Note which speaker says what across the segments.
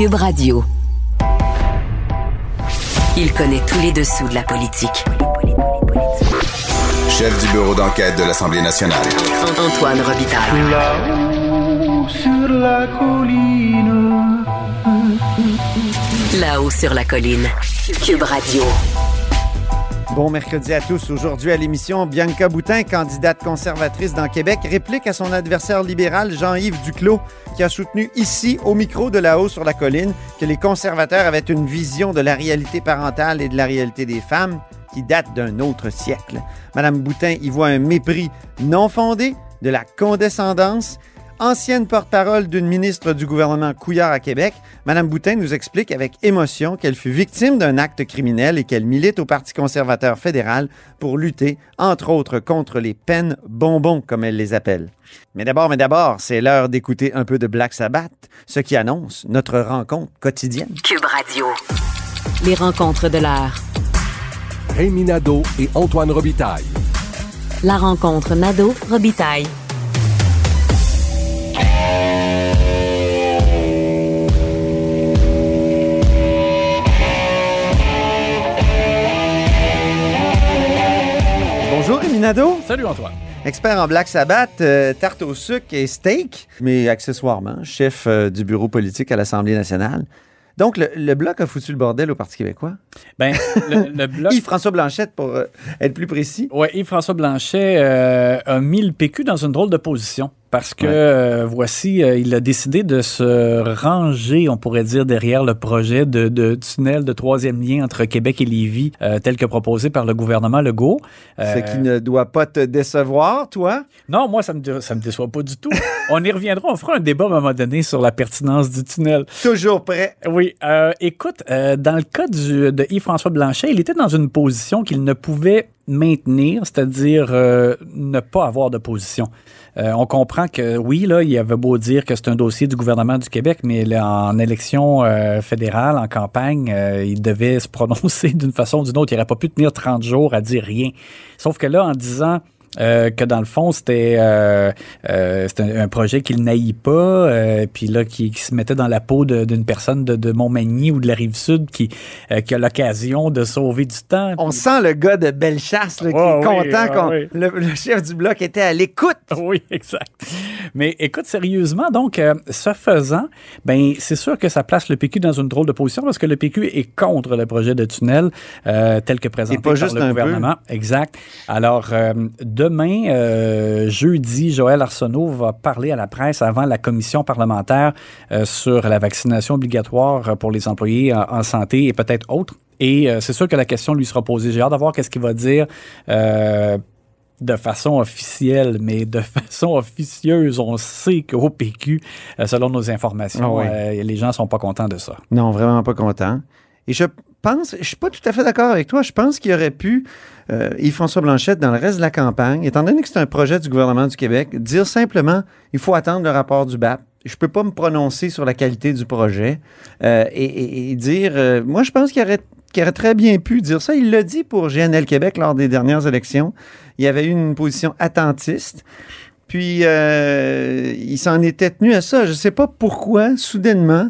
Speaker 1: Cube Radio. Il connaît tous les dessous de la politique.
Speaker 2: Chef du bureau d'enquête de l'Assemblée nationale.
Speaker 1: Antoine Robitaille.
Speaker 3: Là-haut sur la colline.
Speaker 1: Là-haut sur la colline. Cube Radio.
Speaker 4: Bon mercredi à tous. Aujourd'hui à l'émission, Bianca Boutin, candidate conservatrice dans Québec, réplique à son adversaire libéral Jean-Yves Duclos, qui a soutenu ici, au micro de Là-haut sur la colline, que les conservateurs avaient une vision de la réalité parentale et de la réalité des femmes qui date d'un autre siècle. Madame Boutin y voit un mépris non fondé, de la condescendance. Ancienne porte-parole d'une ministre du gouvernement Couillard à Québec, Mme Boutin nous explique avec émotion qu'elle fut victime d'un acte criminel et qu'elle milite au Parti conservateur fédéral pour lutter, entre autres, contre les peines bonbons, comme elle les appelle. Mais d'abord, c'est l'heure d'écouter un peu de Black Sabbath, ce qui annonce notre rencontre quotidienne.
Speaker 1: Cube Radio. Les rencontres de l'heure.
Speaker 5: Rémi Nadeau et Antoine Robitaille.
Speaker 1: La rencontre Nadeau-Robitaille.
Speaker 4: Bonjour Rémi Nadeau.
Speaker 6: Salut Antoine.
Speaker 4: Expert en Black Sabbath, tarte au sucre et steak, mais accessoirement chef du bureau politique à l'Assemblée nationale. Donc, le Bloc a foutu le bordel au Parti québécois?
Speaker 6: Ben, le Bloc...
Speaker 4: Yves-François Blanchet, pour être plus précis.
Speaker 6: Oui, Yves-François Blanchet a mis le PQ dans une drôle de position. Parce que, il a décidé de se ranger, on pourrait dire, derrière le projet de tunnel de troisième lien entre Québec et Lévis, tel que proposé par le gouvernement Legault.
Speaker 4: Ce qui ne doit pas te décevoir, toi?
Speaker 6: Non, moi, ça me déçoit pas du tout. On y reviendra, on fera un débat à un moment donné sur la pertinence du tunnel.
Speaker 4: Toujours prêt.
Speaker 6: Oui. Écoute, dans le cas de Yves-François Blanchet, il était dans une position qu'il ne pouvait maintenir, c'est-à-dire ne pas avoir de position. On comprend que, oui, là, il avait beau dire que c'est un dossier du gouvernement du Québec, mais là, en élection fédérale, en campagne, il devait se prononcer d'une façon ou d'une autre. Il n'aurait pas pu tenir 30 jours à dire rien. Sauf que là, en disant que dans le fond, c'était un projet qu'il n'haït pas, puis là, qui se mettait dans la peau d'une personne de Montmagny ou de la Rive-Sud qui a l'occasion de sauver du temps.
Speaker 4: On sent le gars de Bellechasse là, qui est content le chef du Bloc était à l'écoute.
Speaker 6: Oui, exact. Mais écoute, sérieusement, donc, ce faisant, ben c'est sûr que ça place le PQ dans une drôle de position parce que le PQ est contre le projet de tunnel tel que présenté par le gouvernement. Exact. Alors, demain, jeudi, Joël Arsenault va parler à la presse avant la commission parlementaire sur la vaccination obligatoire pour les employés en santé et peut-être autres. Et c'est sûr que la question lui sera posée. J'ai hâte de voir qu'est-ce qu'il va dire de façon officielle, mais de façon officieuse. On sait qu'au PQ, selon nos informations, les gens ne sont pas contents de ça.
Speaker 4: Non, vraiment pas contents. Et je suis pas tout à fait d'accord avec toi. Je pense qu'il aurait pu, Yves-François Blanchet, dans le reste de la campagne, étant donné que c'est un projet du gouvernement du Québec, dire simplement, il faut attendre le rapport du BAP. Je peux pas me prononcer sur la qualité du projet et dire, moi, je pense qu'il aurait très bien pu dire ça. Il l'a dit pour GNL Québec lors des dernières élections. Il y avait eu une position attentiste. Puis, il s'en était tenu à ça. Je sais pas pourquoi, soudainement,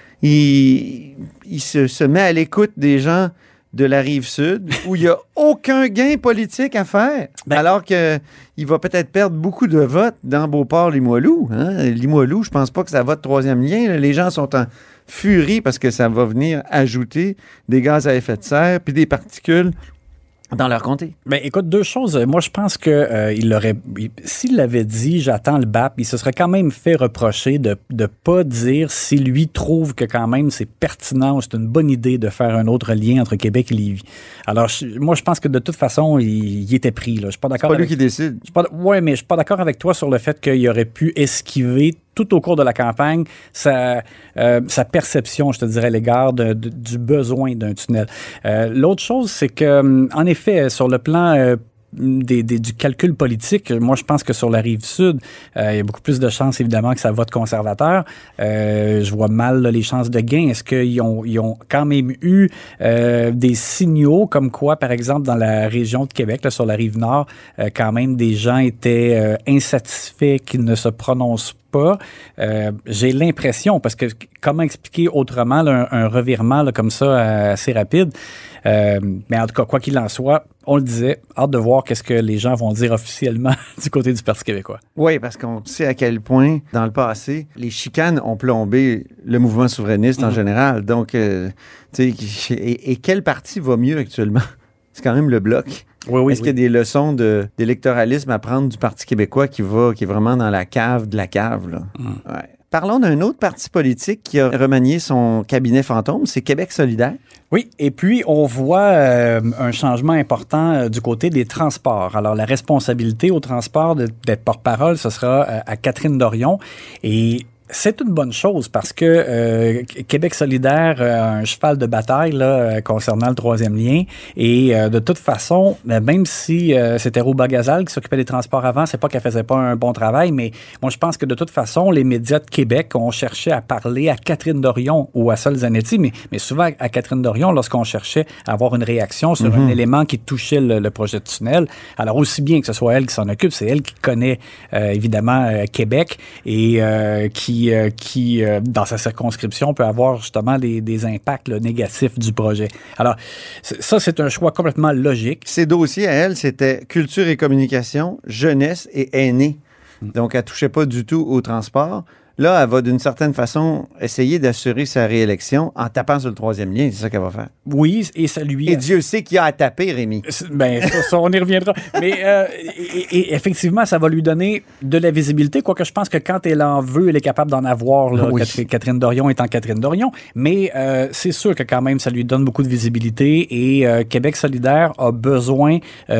Speaker 4: il se met à l'écoute des gens de la Rive-Sud où il n'y a aucun gain politique à faire, alors qu'il va peut-être perdre beaucoup de votes dans Beauport-Limoilou. Hein? Limoilou, je pense pas que ça vote troisième lien. Les gens sont en furie parce que ça va venir ajouter des gaz à effet de serre puis des particules dans leur comté.
Speaker 6: Ben, écoute, deux choses. Moi, je pense que s'il l'avait dit, j'attends le BAP, il se serait quand même fait reprocher de pas dire si lui trouve que quand même c'est pertinent, c'est une bonne idée de faire un autre lien entre Québec et Lévis. Alors, moi, je pense que de toute façon, il était pris. Là. Je suis pas d'accord.
Speaker 4: C'est pas lui qui décide.
Speaker 6: Oui, mais je suis pas d'accord avec toi sur le fait qu'il aurait pu esquiver tout au cours de la campagne, sa perception, je te dirais, à l'égard du besoin d'un tunnel. L'autre chose, c'est que, en effet, sur le plan du calcul politique, moi, je pense que sur la Rive-Sud, il y a beaucoup plus de chances, évidemment, que ça vote conservateur. Je vois mal là, les chances de gain. Est-ce qu'ils ont quand même eu des signaux comme quoi, par exemple, dans la région de Québec, là, sur la Rive-Nord, quand même, des gens étaient insatisfaits qu'ils ne se prononcent pas. J'ai l'impression, parce que comment expliquer autrement là, un revirement là, comme ça assez rapide? Mais en tout cas, quoi qu'il en soit, on le disait, hâte de voir qu'est-ce que les gens vont dire officiellement du côté du Parti québécois.
Speaker 4: Oui, parce qu'on sait à quel point, dans le passé, les chicanes ont plombé le mouvement souverainiste en général. Donc, tu sais, et quel parti va mieux actuellement? C'est quand même le Bloc.
Speaker 6: Oui,
Speaker 4: Est-ce qu'il y a des leçons d'électoralisme à prendre du Parti québécois qui est vraiment dans la cave de la cave, là? Ouais. Parlons d'un autre parti politique qui a remanié son cabinet fantôme, c'est Québec solidaire.
Speaker 6: Oui, et puis on voit un changement important du côté des transports. Alors, la responsabilité au transport d'être porte-parole, ce sera à Catherine Dorion. Et c'est une bonne chose parce que Québec solidaire a un cheval de bataille là, concernant le troisième lien. Et de toute façon, même si c'était Rouba Gazal qui s'occupait des transports avant, c'est pas qu'elle faisait pas un bon travail, mais moi je pense que de toute façon, les médias de Québec ont cherché à parler à Catherine Dorion ou à Sol Zanetti, mais souvent à Catherine Dorion lorsqu'on cherchait à avoir une réaction sur un élément qui touchait le projet de tunnel. Alors aussi bien que ce soit elle qui s'en occupe, c'est elle qui connaît évidemment Québec et qui, dans sa circonscription, peut avoir justement des impacts là, négatifs du projet. Alors, ça, c'est un choix complètement logique.
Speaker 4: Ses dossiers à elle, c'était culture et communication, jeunesse et aînés. Donc, elle ne touchait pas du tout au transport. Là, elle va d'une certaine façon essayer d'assurer sa réélection en tapant sur le troisième lien. C'est ça qu'elle va faire.
Speaker 6: Oui, et ça lui...
Speaker 4: Et Dieu sait qu'il y a à taper, Rémi.
Speaker 6: Bien, ça, on y reviendra. Mais et effectivement, ça va lui donner de la visibilité, quoique je pense que quand elle en veut, elle est capable d'en avoir. Là, oui. Catherine Dorion étant Catherine Dorion. Mais c'est sûr que quand même, ça lui donne beaucoup de visibilité et Québec solidaire a besoin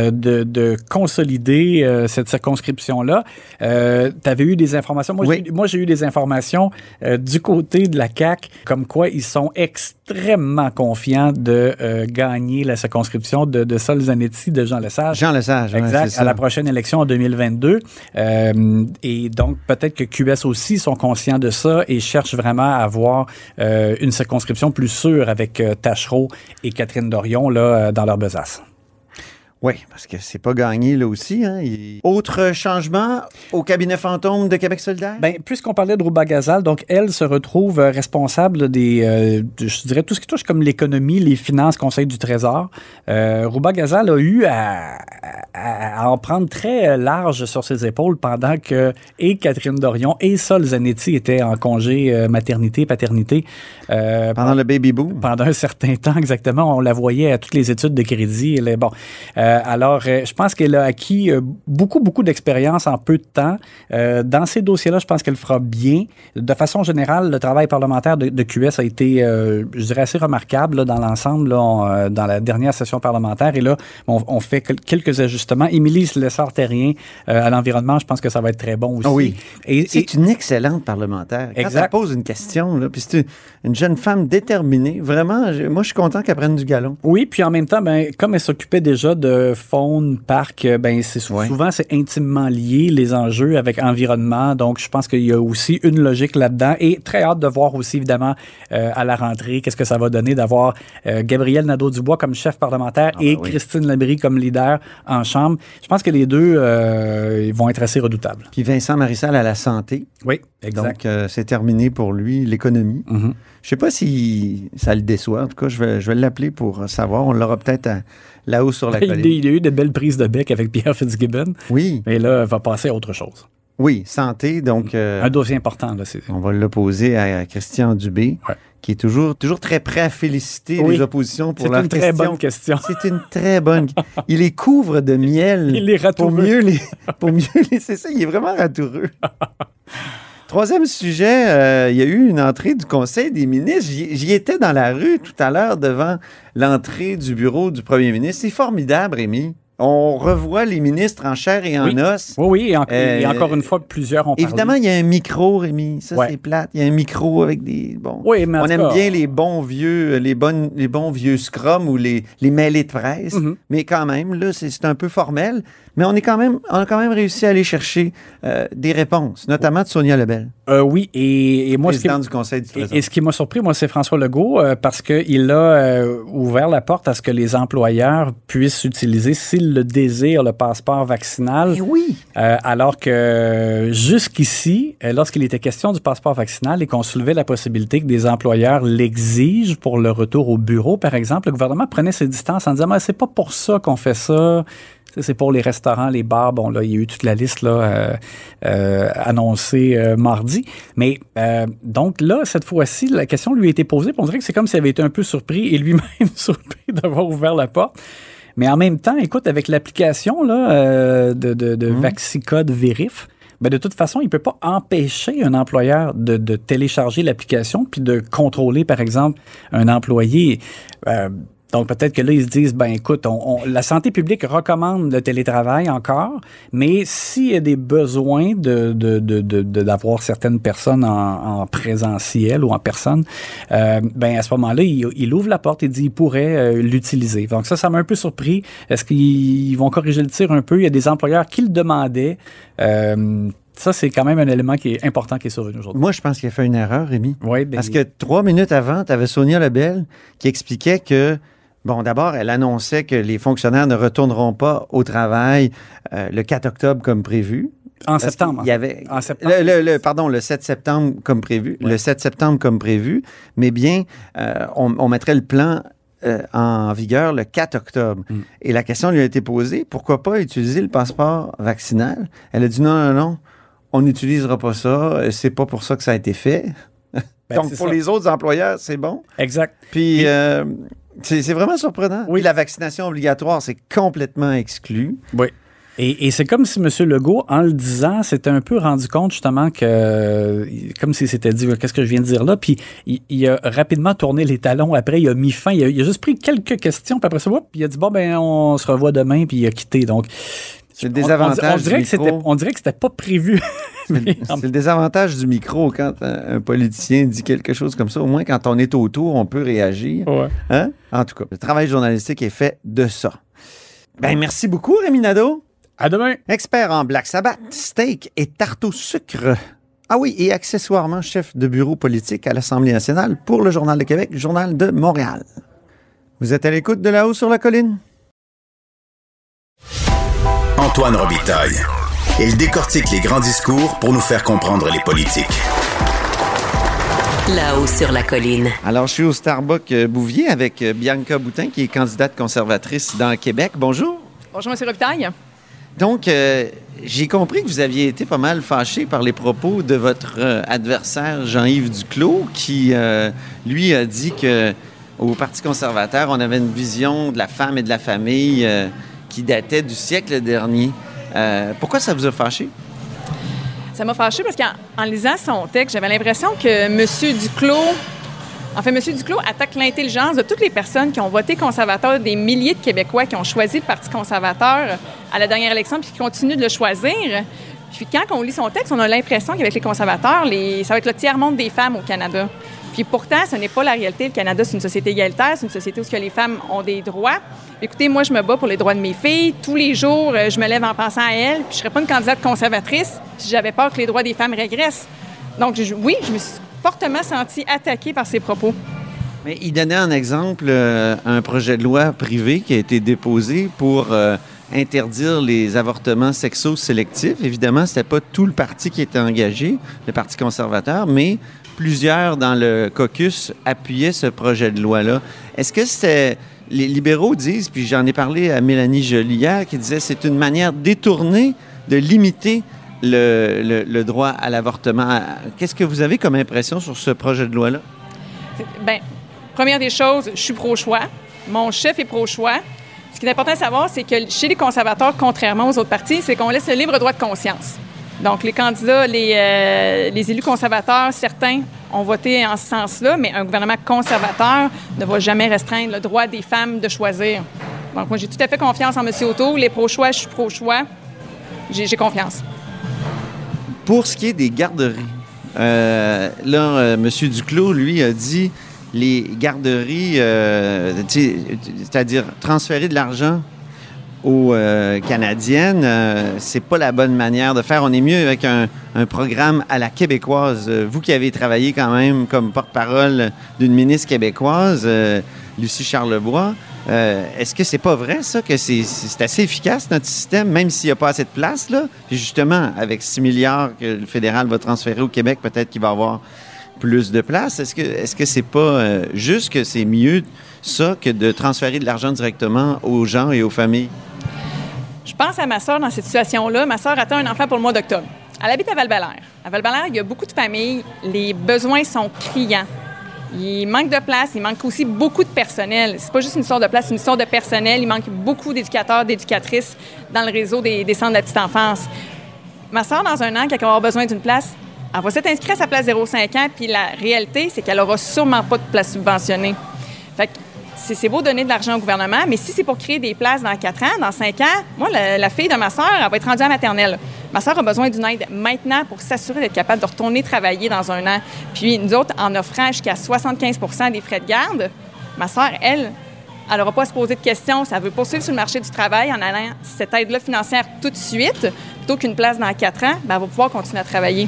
Speaker 6: de consolider cette circonscription-là. Tu avais eu des informations. Moi, j'ai eu des informations du côté de la CAQ, comme quoi ils sont extrêmement confiants de gagner la circonscription de Sol Zanetti, de Jean Lesage.
Speaker 4: Jean Lesage,
Speaker 6: exact,
Speaker 4: c'est
Speaker 6: à la prochaine élection en 2022. Et donc, peut-être que QS aussi sont conscients de ça et cherchent vraiment à avoir une circonscription plus sûre avec Tachereau et Catherine Dorion là, dans leur besace.
Speaker 4: Oui, parce que c'est pas gagné là aussi. Hein. Autre changement au cabinet fantôme de Québec solidaire?
Speaker 6: Bien, puisqu'on parlait de Rouba Gazal, donc elle se retrouve responsable des, je dirais, tout ce qui touche comme l'économie, les finances, Conseil du Trésor. Rouba Gazal a eu à en prendre très large sur ses épaules pendant que et Catherine Dorion et Sol Zanetti étaient en congé maternité, paternité.
Speaker 4: Pendant le baby boom? Pendant
Speaker 6: un certain temps, exactement. On la voyait à toutes les études de crédit. Bon... alors, je pense qu'elle a acquis beaucoup d'expérience en peu de temps. Dans ces dossiers-là, je pense qu'elle fera bien. De façon générale, le travail parlementaire de QS a été, je dirais, assez remarquable là, dans l'ensemble, là, dans la dernière session parlementaire. Et là, on fait quelques ajustements. Émilie Lessard-Terrien à l'environnement, je pense que ça va être très bon aussi.
Speaker 4: Oh oui. C'est une excellente parlementaire. Quand elle pose une question, là, puis c'est une jeune femme déterminée, vraiment, moi, je suis content qu'elle prenne du galon.
Speaker 6: Oui, puis en même temps, ben, comme elle s'occupait déjà de faune, parc, ben c'est souvent c'est intimement lié les enjeux avec environnement. Donc je pense qu'il y a aussi une logique là-dedans et très hâte de voir aussi évidemment à la rentrée qu'est-ce que ça va donner d'avoir Gabriel Nadeau-Dubois comme chef parlementaire et Christine Labrie comme leader en Chambre. Je pense que les deux ils vont être assez redoutables.
Speaker 4: Puis Vincent Marissal à la santé.
Speaker 6: Oui, exact.
Speaker 4: Donc c'est terminé pour lui l'économie.
Speaker 6: Mm-hmm.
Speaker 4: Je sais pas si ça le déçoit. En tout cas, je vais l'appeler pour savoir. On l'aura peut-être là-haut sur la colline.
Speaker 6: Il y a eu de belles prises de bec avec Pierre Fitzgibbon.
Speaker 4: Oui.
Speaker 6: Mais là, il va passer à autre chose.
Speaker 4: Oui, santé. Donc,
Speaker 6: un dossier important. Là,
Speaker 4: on va l'opposer à Christian Dubé, qui est toujours très prêt à féliciter les oppositions pour leur question.
Speaker 6: C'est une très bonne question.
Speaker 4: C'est une très bonne. Il les couvre de miel.
Speaker 6: Il les ratoureux.
Speaker 4: Pour mieux les... C'est ça, il est vraiment ratoureux. Troisième sujet, il y a eu une entrée du Conseil des ministres. J'y étais dans la rue tout à l'heure devant l'entrée du bureau du premier ministre. C'est formidable, Rémi. On revoit les ministres en chair et en os.
Speaker 6: Oui, et encore une fois, plusieurs ont parlé.
Speaker 4: Évidemment, il y a un micro, Rémi. Ça, c'est plate. Il y a un micro avec des... Bon,
Speaker 6: oui, mais
Speaker 4: on aime bien les bons vieux Scrum ou les mêlées de presse. Mm-hmm. Mais quand même, là, c'est un peu formel. Mais on a quand même réussi à aller chercher des réponses, notamment de Sonia Lebel.
Speaker 6: Oui, et moi...
Speaker 4: Présidente du Conseil du Trésor.
Speaker 6: Et ce qui m'a surpris, moi, c'est François Legault, parce qu'il a ouvert la porte à ce que les employeurs puissent utiliser, s'ils le désirent, le passeport vaccinal.
Speaker 4: Et oui!
Speaker 6: Alors que jusqu'ici, lorsqu'il était question du passeport vaccinal et qu'on soulevait la possibilité que des employeurs l'exigent pour le retour au bureau, par exemple, le gouvernement prenait ses distances en disant « c'est pas pour ça qu'on fait ça ». C'est pour les restaurants, les bars. Bon, là, il y a eu toute la liste là, annoncée mardi. Mais donc là, cette fois-ci, la question lui a été posée. Puis on dirait que c'est comme s'il avait été un peu surpris et lui-même surpris d'avoir ouvert la porte. Mais en même temps, écoute, avec l'application là, de Vaxicode Vérif, ben de toute façon, il ne peut pas empêcher un employeur de télécharger l'application puis de contrôler, par exemple, un employé. Donc, peut-être que là, ils se disent, ben écoute, la santé publique recommande le télétravail encore, mais s'il y a des besoins d'avoir certaines personnes en présentiel ou en personne, ben à ce moment-là, il ouvre la porte et dit qu'il pourrait l'utiliser. Donc ça m'a un peu surpris. Est-ce qu'ils vont corriger le tir un peu? Il y a des employeurs qui le demandaient. Ça, c'est quand même un élément qui est important qui est survenu aujourd'hui.
Speaker 4: Moi, je pense qu'il a fait une erreur, Rémi.
Speaker 6: Oui,
Speaker 4: parce que 3 minutes avant, tu avais Sonia Lebel qui expliquait que bon, d'abord, elle annonçait que les fonctionnaires ne retourneront pas au travail le 4 octobre comme prévu.
Speaker 6: En septembre.
Speaker 4: Il y avait
Speaker 6: en septembre.
Speaker 4: Le 7 septembre comme prévu. Ouais. Le 7 septembre comme prévu. Mais bien, on mettrait le plan en vigueur le 4 octobre. Et la question lui a été posée, pourquoi pas utiliser le passeport vaccinal? Elle a dit non, on n'utilisera pas ça. C'est pas pour ça que ça a été fait. Donc, pour les autres employeurs, c'est bon.
Speaker 6: Exact.
Speaker 4: Puis... C'est vraiment surprenant. Oui, la vaccination obligatoire, c'est complètement exclu.
Speaker 6: Oui. Et c'est comme si M. Legault, en le disant, s'était un peu rendu compte justement que, comme s'il s'était dit, qu'est-ce que je viens de dire là, puis il a rapidement tourné les talons après, il a mis fin, il a juste pris quelques questions, puis après ça, puis il a dit, bon, ben on se revoit demain, puis il a quitté. Donc,
Speaker 4: c'est le désavantage du micro.
Speaker 6: On dirait que c'était pas prévu.
Speaker 4: C'est le désavantage du micro quand un politicien dit quelque chose comme ça. Au moins, quand on est autour, on peut réagir.
Speaker 6: Ouais.
Speaker 4: Hein? En tout cas, le travail journalistique est fait de ça. Ben, merci beaucoup, Rémi Nadeau.
Speaker 6: À demain.
Speaker 4: Expert en Black Sabbath, steak et tarte au sucre. Ah oui, et accessoirement chef de bureau politique à l'Assemblée nationale pour le Journal de Québec, Journal de Montréal. Vous êtes à l'écoute de Là-haut sur la colline?
Speaker 2: Antoine Robitaille. Il décortique les grands discours pour nous faire comprendre les politiques.
Speaker 1: Là-haut sur la colline.
Speaker 4: Alors, je suis au Starbucks Bouvier avec Bianca Boutin, qui est candidate conservatrice dans le Québec. Bonjour.
Speaker 7: Bonjour, M. Robitaille.
Speaker 4: Donc, j'ai compris que vous aviez été pas mal fâché par les propos de votre adversaire Jean-Yves Duclos, qui, lui, a dit qu'au Parti conservateur, on avait une vision de la femme et de la famille qui datait du siècle dernier. Pourquoi ça vous a fâché?
Speaker 7: Ça m'a fâché parce qu'en lisant son texte, j'avais l'impression que M. Duclos attaque l'intelligence de toutes les personnes qui ont voté conservateur, des milliers de Québécois qui ont choisi le Parti conservateur à la dernière élection puis qui continuent de le choisir. Puis quand on lit son texte, on a l'impression qu'avec les conservateurs, ça va être le tiers-monde des femmes au Canada. Puis pourtant, ce n'est pas la réalité. Le Canada, c'est une société égalitaire, c'est une société où les femmes ont des droits. Écoutez, moi, je me bats pour les droits de mes filles. Tous les jours, je me lève en pensant à elles. Puis je ne serais pas une candidate conservatrice si j'avais peur que les droits des femmes régressent. Donc, oui, je me suis fortement sentie attaquée par ces propos.
Speaker 4: Mais il donnait en exemple un projet de loi privé qui a été déposé pour interdire les avortements sexo-sélectifs. Évidemment, ce n'était pas tout le parti qui était engagé, le Parti conservateur, mais plusieurs dans le caucus appuyaient ce projet de loi-là. Est-ce que c'était... Les libéraux disent, puis j'en ai parlé à Mélanie Joly hier, qui disait que c'est une manière détournée de limiter le droit à l'avortement. Qu'est-ce que vous avez comme impression sur ce projet de loi-là?
Speaker 7: Bien, première des choses, je suis pro-choix. Mon chef est pro-choix. Ce qui est important de savoir, c'est que chez les conservateurs, contrairement aux autres partis, c'est qu'on laisse le libre droit de conscience. Donc, les candidats, les élus conservateurs, certains ont voté en ce sens-là, mais un gouvernement conservateur ne va jamais restreindre le droit des femmes de choisir. Donc, moi, j'ai tout à fait confiance en M. O'Toole. Les pro-choix, je suis pro-choix. J'ai confiance.
Speaker 4: Pour ce qui est des garderies, M. Duclos, lui, a dit les garderies, c'est-à-dire transférer de l'argent aux Canadiennes, c'est pas la bonne manière de faire. On est mieux avec un programme à la québécoise. Vous qui avez travaillé quand même comme porte-parole d'une ministre québécoise, Lucie Charlebois, est-ce que c'est pas vrai, ça, que c'est assez efficace, notre système, même s'il n'y a pas assez de place, là? Puis justement, avec 6 milliards que le fédéral va transférer au Québec, peut-être qu'il va y avoir plus de place. Est-ce que c'est pas juste que c'est mieux ça que de transférer de l'argent directement aux gens et aux familles?
Speaker 7: Je pense à ma soeur dans cette situation-là. Ma soeur attend un enfant pour le mois d'octobre. Elle habite à Val-Bélair. À Val-Bélair, il y a beaucoup de familles. Les besoins sont criants. Il manque de place, il manque aussi beaucoup de personnel. C'est pas juste une histoire de place, c'est une histoire de personnel. Il manque beaucoup d'éducateurs, d'éducatrices dans le réseau des centres de la petite enfance. Ma soeur, dans un an, quand elle va avoir besoin d'une place, elle va s'être inscrite à sa place 0,5 ans, puis la réalité, c'est qu'elle n'aura sûrement pas de place subventionnée. Fait que c'est beau donner de l'argent au gouvernement, mais si c'est pour créer des places dans 4 ans, dans 5 ans, moi, la fille de ma soeur, elle va être rendue à la maternelle. Ma soeur a besoin d'une aide maintenant pour s'assurer d'être capable de retourner travailler dans un an. Puis nous autres, en offrant jusqu'à 75 % des frais de garde, ma soeur, elle n'aura pas à se poser de questions. Ça veut poursuivre sur le marché du travail en allant cette aide-là financière tout de suite, plutôt qu'une place dans 4 ans, bien, elle va pouvoir continuer à travailler.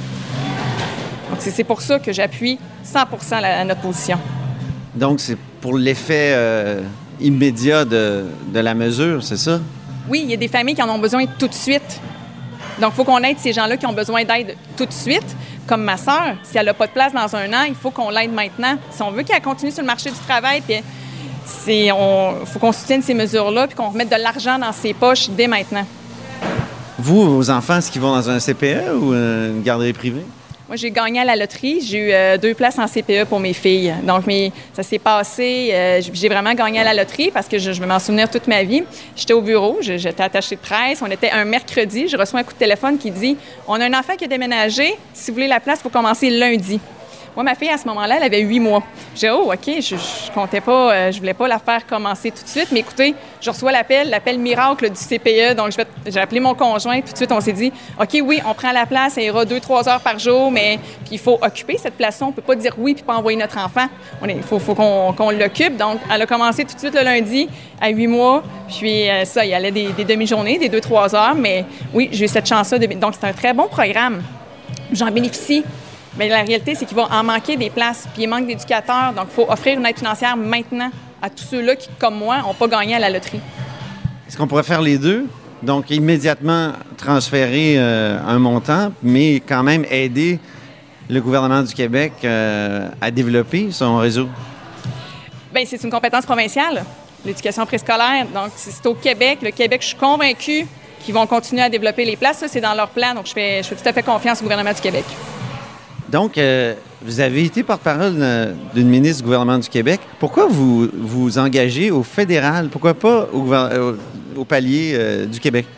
Speaker 7: Donc, c'est pour ça que j'appuie 100 % notre position.
Speaker 4: Donc, c'est pour l'effet immédiat de la mesure, c'est ça?
Speaker 7: Oui, il y a des familles qui en ont besoin tout de suite. Donc, il faut qu'on aide ces gens-là qui ont besoin d'aide tout de suite, comme ma sœur. Si elle n'a pas de place dans un an, il faut qu'on l'aide maintenant. Si on veut qu'elle continue sur le marché du travail, puis il faut qu'on soutienne ces mesures-là puis qu'on remette de l'argent dans ses poches dès maintenant.
Speaker 4: Vous, vos enfants, est-ce qu'ils vont dans un CPE ou une garderie privée?
Speaker 7: Moi, j'ai gagné à la loterie. J'ai eu 2 places en CPE pour mes filles. Donc, ça s'est passé. J'ai vraiment gagné à la loterie parce que je vais m'en souvenir toute ma vie. J'étais au bureau, j'étais attachée de presse. On était un mercredi. Je reçois un coup de téléphone qui dit « On a un enfant qui a déménagé. Si vous voulez la place, il faut commencer lundi. » Moi, ma fille, à ce moment-là, elle avait 8 mois. J'ai dit « Oh, OK, je comptais pas, je voulais pas la faire commencer tout de suite. Mais écoutez, je reçois l'appel miracle du CPE. Donc, j'ai appelé mon conjoint. Tout de suite, on s'est dit « OK, oui, on prend la place. Elle ira 2-3 heures par jour. Mais puis il faut occuper cette place-là. On peut pas dire oui puis pas envoyer notre enfant. Il faut qu'on l'occupe. » Donc, elle a commencé tout de suite le lundi à 8 mois. Puis ça, il y allait des demi-journées, des 2-3 heures. Mais oui, j'ai eu cette chance-là. Donc, c'est un très bon programme. J'en bénéficie. Mais la réalité, c'est qu'il va en manquer des places, puis il manque d'éducateurs. Donc, il faut offrir une aide financière maintenant à tous ceux-là qui, comme moi, n'ont pas gagné à la loterie.
Speaker 4: Est-ce qu'on pourrait faire les deux? Donc, immédiatement transférer un montant, mais quand même aider le gouvernement du Québec à développer son réseau?
Speaker 7: Bien, c'est une compétence provinciale, l'éducation préscolaire. Donc, c'est au Québec. Le Québec, je suis convaincue qu'ils vont continuer à développer les places. Ça, c'est dans leur plan. Donc, je fais tout à fait confiance au gouvernement du Québec.
Speaker 4: Donc, vous avez été porte-parole d'une ministre du gouvernement du Québec. Pourquoi vous vous engagez au fédéral? Pourquoi pas au palier du Québec?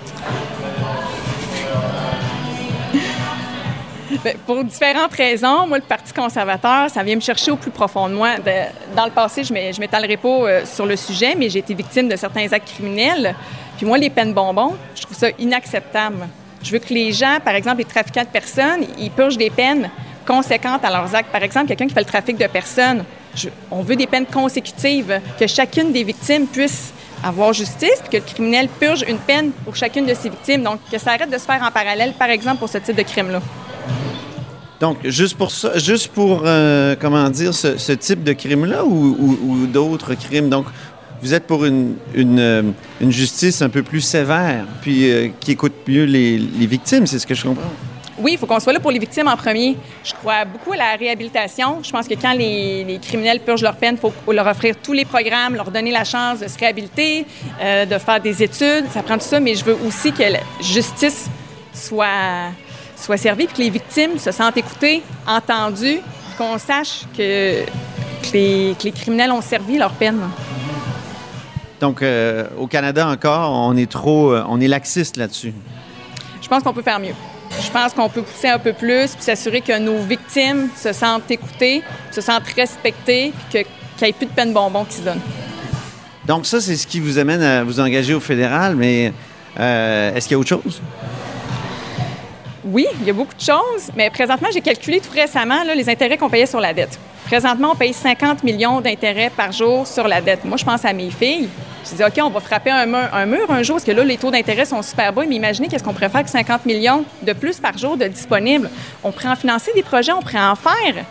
Speaker 7: Bien, pour différentes raisons. Moi, le Parti conservateur, ça vient me chercher au plus profond de moi. Dans le passé, je ne m'étalerai pas sur le sujet, mais j'ai été victime de certains actes criminels. Puis moi, les peines bonbons, je trouve ça inacceptable. Je veux que les gens, par exemple, les trafiquants de personnes, ils purgent des peines conséquentes à leurs actes. Par exemple, quelqu'un qui fait le trafic de personnes, on veut des peines consécutives, que chacune des victimes puisse avoir justice, puis que le criminel purge une peine pour chacune de ses victimes. Donc, que ça arrête de se faire en parallèle, par exemple, pour ce type de crime-là.
Speaker 4: Donc, juste pour comment dire, ce type de crime-là ou d'autres crimes? Donc, vous êtes pour une justice un peu plus sévère, puis qui écoute mieux les victimes, c'est ce que je comprends?
Speaker 7: Oui, il faut qu'on soit là pour les victimes en premier. Je crois beaucoup à la réhabilitation. Je pense que quand les criminels purgent leur peine, il faut leur offrir tous les programmes, leur donner la chance de se réhabiliter, de faire des études. Ça prend tout ça, mais je veux aussi que la justice soit servie, puis que les victimes se sentent écoutées, entendues, qu'on sache que les criminels ont servi leur peine.
Speaker 4: Donc, au Canada encore, on est laxiste là-desus.
Speaker 7: Je pense qu'on peut faire mieux. Je pense qu'on peut pousser un peu plus puis s'assurer que nos victimes se sentent écoutées, se sentent respectées puis qu'il n'y ait plus de peine bonbon qui se donne.
Speaker 4: Donc ça, c'est ce qui vous amène à vous engager au fédéral, mais est-ce qu'il y a autre chose?
Speaker 7: Oui, il y a beaucoup de choses, mais présentement, j'ai calculé tout récemment là, les intérêts qu'on payait sur la dette. Présentement, on paye 50 millions d'intérêts par jour sur la dette. Moi, je pense à mes filles. Je dis, OK, on va frapper un mur un jour, parce que là, les taux d'intérêt sont super bas. Mais imaginez qu'est-ce qu'on pourrait faire avec 50 millions de plus par jour de disponibles. On pourrait en financer des projets, on pourrait en faire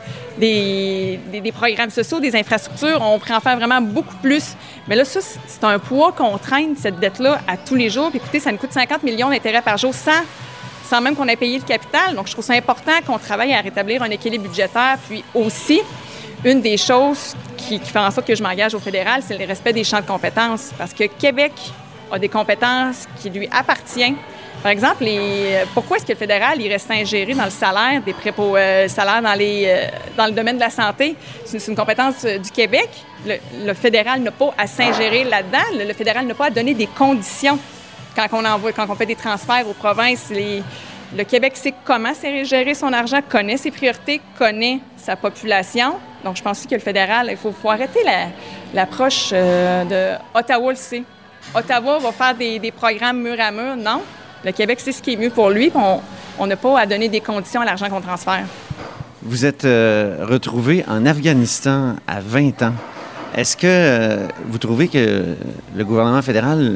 Speaker 7: des programmes sociaux, des infrastructures. On pourrait en faire vraiment beaucoup plus. Mais là, ça, c'est un poids qu'on traîne, cette dette-là, à tous les jours. Puis écoutez, ça nous coûte 50 millions d'intérêts par jour sans même qu'on ait payé le capital. Donc, je trouve ça important qu'on travaille à rétablir un équilibre budgétaire. Puis aussi, une des choses qui fait en sorte que je m'engage au fédéral, c'est le respect des champs de compétences. Parce que Québec a des compétences qui lui appartiennent. Par exemple, pourquoi est-ce que le fédéral il reste ingéré dans le salaire des salaires dans le domaine de la santé? C'est une compétence du Québec. Le fédéral n'a pas à s'ingérer là-dedans. Le fédéral n'a pas à donner des conditions quand on fait des transferts aux provinces. Le Québec sait comment gérer son argent, connaît ses priorités, connaît sa population. Donc, je pense aussi que le fédéral, il faut arrêter l'approche de Ottawa le sait. Ottawa va faire des programmes mur à mur. Non. Le Québec sait ce qui est mieux pour lui, puis on n'a pas à donner des conditions à l'argent qu'on transfère.
Speaker 4: Vous êtes retrouvé en Afghanistan à 20 ans. Est-ce que vous trouvez que le gouvernement fédéral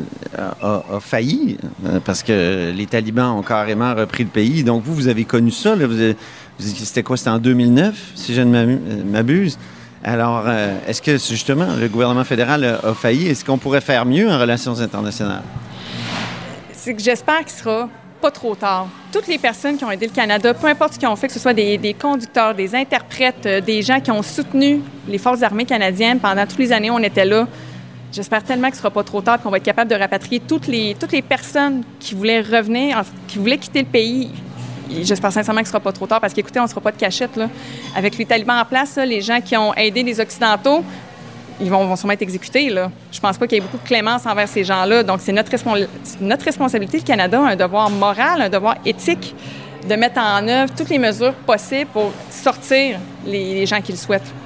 Speaker 4: a failli? Parce que les talibans ont carrément repris le pays. Donc, vous avez connu ça. Là, c'était quoi? C'était en 2009, si je ne m'abuse. Alors, est-ce que, justement, le gouvernement fédéral a failli? Est-ce qu'on pourrait faire mieux en relations internationales?
Speaker 7: C'est que j'espère qu'il sera pas trop tard. Toutes les personnes qui ont aidé le Canada, peu importe ce qu'ils ont fait, que ce soit des conducteurs, des interprètes, des gens qui ont soutenu les Forces armées canadiennes pendant toutes les années où on était là, j'espère tellement que ce sera pas trop tard, qu'on va être capable de rapatrier toutes les personnes qui voulaient revenir, qui voulaient quitter le pays. Et j'espère sincèrement que ce sera pas trop tard, parce qu'écoutez, on ne sera pas de cachette, là. Avec les talibans en place, là, les gens qui ont aidé les Occidentaux, ils vont sûrement être exécutés, là. Je pense pas qu'il y ait beaucoup de clémence envers ces gens-là. Donc, c'est notre responsabilité, le Canada, un devoir moral, un devoir éthique, de mettre en œuvre toutes les mesures possibles pour sortir les gens qui le souhaitent.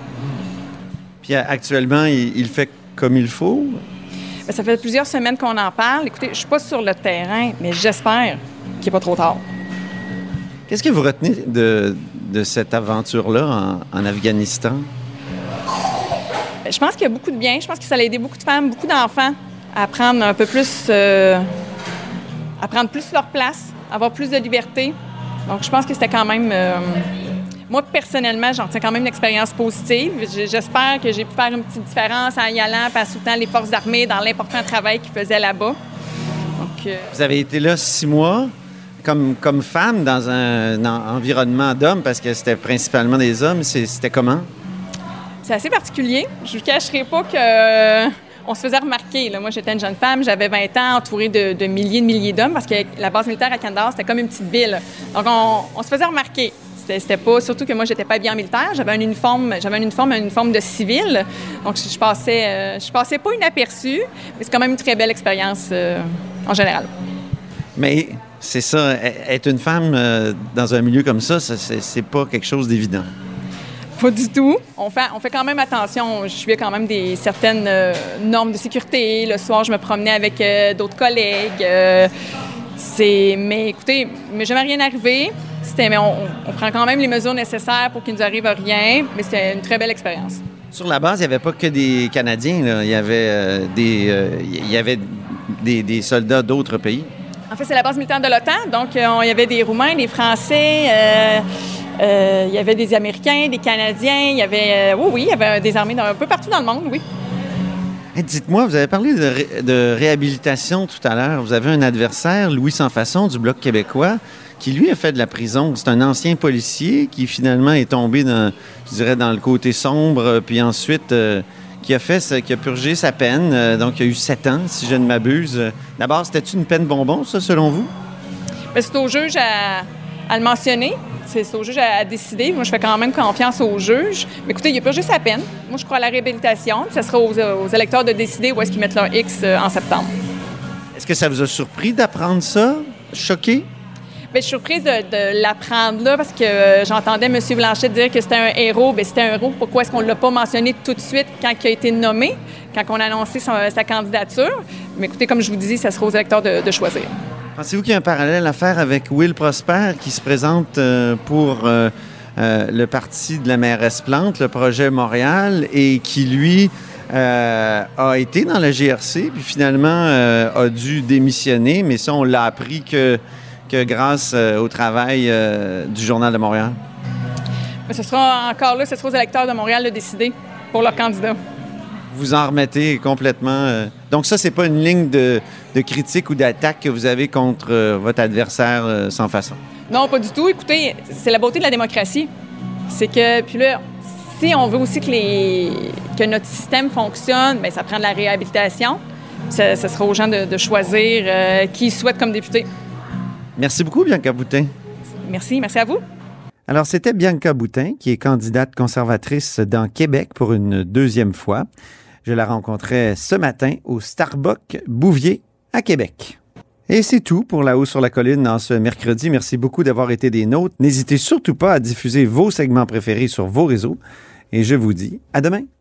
Speaker 4: Puis actuellement, il fait comme il faut?
Speaker 7: Bien, ça fait plusieurs semaines qu'on en parle. Écoutez, je suis pas sur le terrain, mais j'espère qu'il n'est pas trop tard.
Speaker 4: Qu'est-ce que vous retenez de cette aventure-là en Afghanistan?
Speaker 7: Je pense qu'il y a beaucoup de bien. Je pense que ça a aidé beaucoup de femmes, beaucoup d'enfants à prendre un peu plus, à prendre plus leur place, à avoir plus de liberté. Donc, je pense que c'était quand même... moi, personnellement, j'en retiens quand même une expérience positive. J'espère que j'ai pu faire une petite différence en y allant, en soutenant les forces armées dans l'important travail qu'ils faisaient là-bas. Donc,
Speaker 4: vous avez été là 6 mois comme femme dans un environnement d'hommes, parce que c'était principalement des hommes. C'était comment?
Speaker 7: C'est assez particulier. Je ne vous cacherai pas qu'on se faisait remarquer. Là, moi, j'étais une jeune femme, j'avais 20 ans, entourée de milliers d'hommes, parce que la base militaire à Kandahar, c'était comme une petite ville. Donc, on se faisait remarquer. C'était pas... Surtout que moi, j'étais pas habillée en militaire. J'avais un uniforme de civil. Donc, je passais pas inaperçue, mais c'est quand même une très belle expérience en général.
Speaker 4: Mais c'est ça, être une femme dans un milieu comme ça, c'est pas quelque chose d'évident.
Speaker 7: Pas du tout. On fait quand même attention. Je suivais quand même certaines normes de sécurité. Le soir, je me promenais avec d'autres collègues. Mais écoutez, il m'est jamais rien arrivé. Mais on prend quand même les mesures nécessaires pour qu'il ne nous arrive rien. Mais c'était une très belle expérience.
Speaker 4: Sur la base, il n'y avait pas que des Canadiens, là. Il y avait des soldats d'autres pays.
Speaker 7: En fait, c'est la base militaire de l'OTAN. Donc, il y avait des Roumains, des Français... il y avait des Américains, des Canadiens, il y avait des armées un peu partout dans le monde, oui.
Speaker 4: Hey, dites-moi, vous avez parlé de réhabilitation tout à l'heure. Vous avez un adversaire, Louis Sansfaçon, du Bloc québécois, qui, lui, a fait de la prison. C'est un ancien policier qui, finalement, est tombé dans le côté sombre, puis ensuite, qui a purgé sa peine. Donc, il y a eu 7 ans, si je ne m'abuse. D'abord, c'était-tu une peine bonbon, ça, selon vous?
Speaker 7: Bien, c'est au juge à le mentionner. C'est au juge à décider. Moi, je fais quand même confiance au juge. Mais écoutez, il a purgé sa peine. Moi, je crois à la réhabilitation. Ça sera aux électeurs de décider où est-ce qu'ils mettent leur X en septembre.
Speaker 4: Est-ce que ça vous a surpris d'apprendre ça? Choqué?
Speaker 7: Bien, je suis surprise de l'apprendre là, parce que j'entendais M. Blanchet dire que c'était un héros. Bien, c'était un héros. Pourquoi est-ce qu'on ne l'a pas mentionné tout de suite quand il a été nommé, quand on a annoncé sa candidature? Mais écoutez, comme je vous disais, ça sera aux électeurs de choisir.
Speaker 4: Pensez-vous qu'il y a un parallèle à faire avec Will Prosper qui se présente pour le parti de la mairesse Plante, le projet Montréal, et qui, lui, a été dans la GRC, puis finalement a dû démissionner, mais ça, on l'a appris que grâce au travail du Journal de Montréal.
Speaker 7: Ce sera encore là, ce sera aux électeurs de Montréal de décider pour leur candidat.
Speaker 4: Vous en remettez complètement. Donc ça, c'est pas une ligne de critique ou d'attaque que vous avez contre votre adversaire sans façon?
Speaker 7: Non, pas du tout. Écoutez, c'est la beauté de la démocratie. C'est que, puis là, si on veut aussi que notre système fonctionne, bien, ça prend de la réhabilitation. Ça sera aux gens de choisir qui ils souhaitent comme député.
Speaker 4: Merci beaucoup, Bianca Boutin.
Speaker 7: Merci à vous.
Speaker 4: Alors, c'était Bianca Boutin, qui est candidate conservatrice dans Québec pour une deuxième fois. Je la rencontrais ce matin au Starbucks Bouvier à Québec. Et c'est tout pour La Haut sur la Colline en ce mercredi. Merci beaucoup d'avoir été des nôtres. N'hésitez surtout pas à diffuser vos segments préférés sur vos réseaux. Et je vous dis à demain.